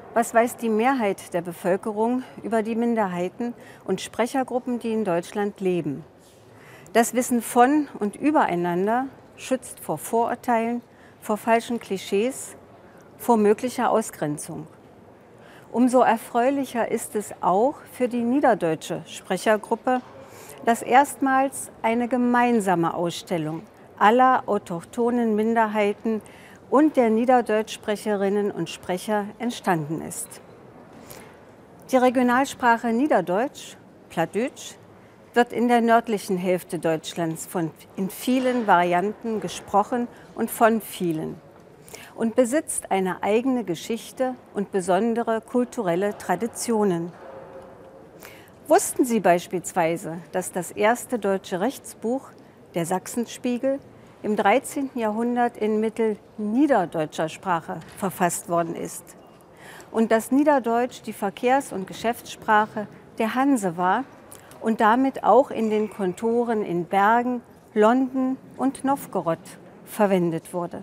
Was weiß die Mehrheit der Bevölkerung über die Minderheiten und Sprechergruppen, die in Deutschland leben? Das Wissen von und übereinander schützt vor Vorurteilen, vor falschen Klischees, vor möglicher Ausgrenzung. Umso erfreulicher ist es auch für die niederdeutsche Sprechergruppe, dass erstmals eine gemeinsame Ausstellung aller autochthonen Minderheiten und der Niederdeutschsprecherinnen und Sprecher entstanden ist. Die Regionalsprache Niederdeutsch, Plattdeutsch, wird in der nördlichen Hälfte Deutschlands in vielen Varianten gesprochen und von vielen und besitzt eine eigene Geschichte und besondere kulturelle Traditionen. Wussten Sie beispielsweise, dass das erste deutsche Rechtsbuch, der Sachsenspiegel, im 13. Jahrhundert in mittelniederdeutscher Sprache verfasst worden ist und dass Niederdeutsch die Verkehrs- und Geschäftssprache der Hanse war und damit auch in den Kontoren in Bergen, London und Nowgorod verwendet wurde?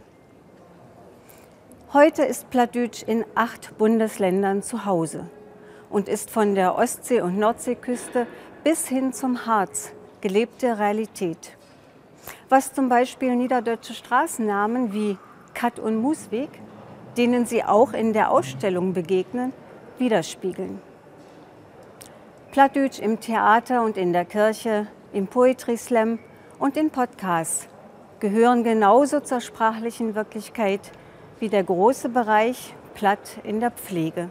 Heute ist Plattdeutsch in 8 Bundesländern zu Hause und ist von der Ostsee- und Nordseeküste bis hin zum Harz gelebte Realität. Was zum Beispiel niederdeutsche Straßennamen wie Kat- und Musweg, denen Sie auch in der Ausstellung begegnen, widerspiegeln. Plattdeutsch im Theater und in der Kirche, im Poetry Slam und in Podcasts gehören genauso zur sprachlichen Wirklichkeit wie der große Bereich Platt in der Pflege.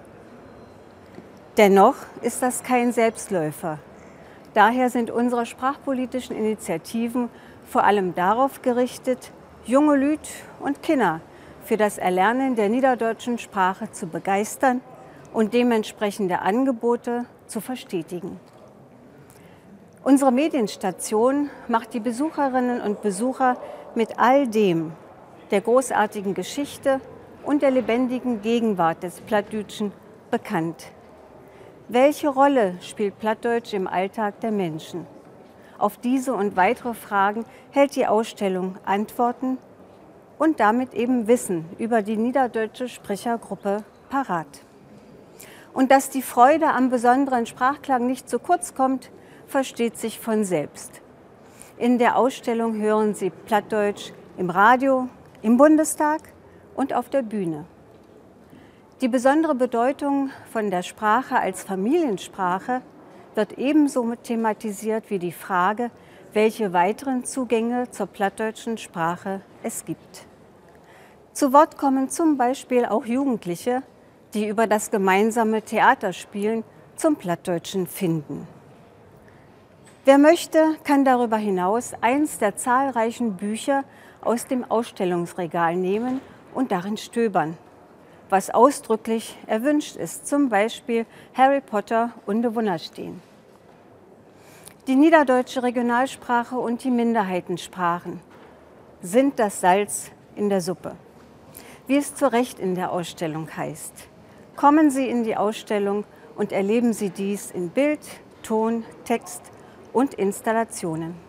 Dennoch ist das kein Selbstläufer. Daher sind unsere sprachpolitischen Initiativen vor allem darauf gerichtet, junge Lüt und Kinder für das Erlernen der niederdeutschen Sprache zu begeistern und dementsprechende Angebote zu verstetigen. Unsere Medienstation macht die Besucherinnen und Besucher mit all dem, der großartigen Geschichte und der lebendigen Gegenwart des Plattdeutschen bekannt. Welche Rolle spielt Plattdeutsch im Alltag der Menschen? Auf diese und weitere Fragen hält die Ausstellung Antworten und damit eben Wissen über die niederdeutsche Sprechergruppe parat. Und dass die Freude am besonderen Sprachklang nicht zu kurz kommt, versteht sich von selbst. In der Ausstellung hören Sie Plattdeutsch im Radio, im Bundestag und auf der Bühne. Die besondere Bedeutung von der Sprache als Familiensprache wird ebenso thematisiert wie die Frage, welche weiteren Zugänge zur plattdeutschen Sprache es gibt. Zu Wort kommen zum Beispiel auch Jugendliche, die über das gemeinsame Theaterspielen zum Plattdeutschen finden. Wer möchte, kann darüber hinaus eins der zahlreichen Bücher aus dem Ausstellungsregal nehmen und darin stöbern, was ausdrücklich erwünscht ist, zum Beispiel Harry Potter und de Wunderstein. Die niederdeutsche Regionalsprache und die Minderheitensprachen sind das Salz in der Suppe, wie es zu Recht in der Ausstellung heißt. Kommen Sie in die Ausstellung und erleben Sie dies in Bild, Ton, Text und Installationen.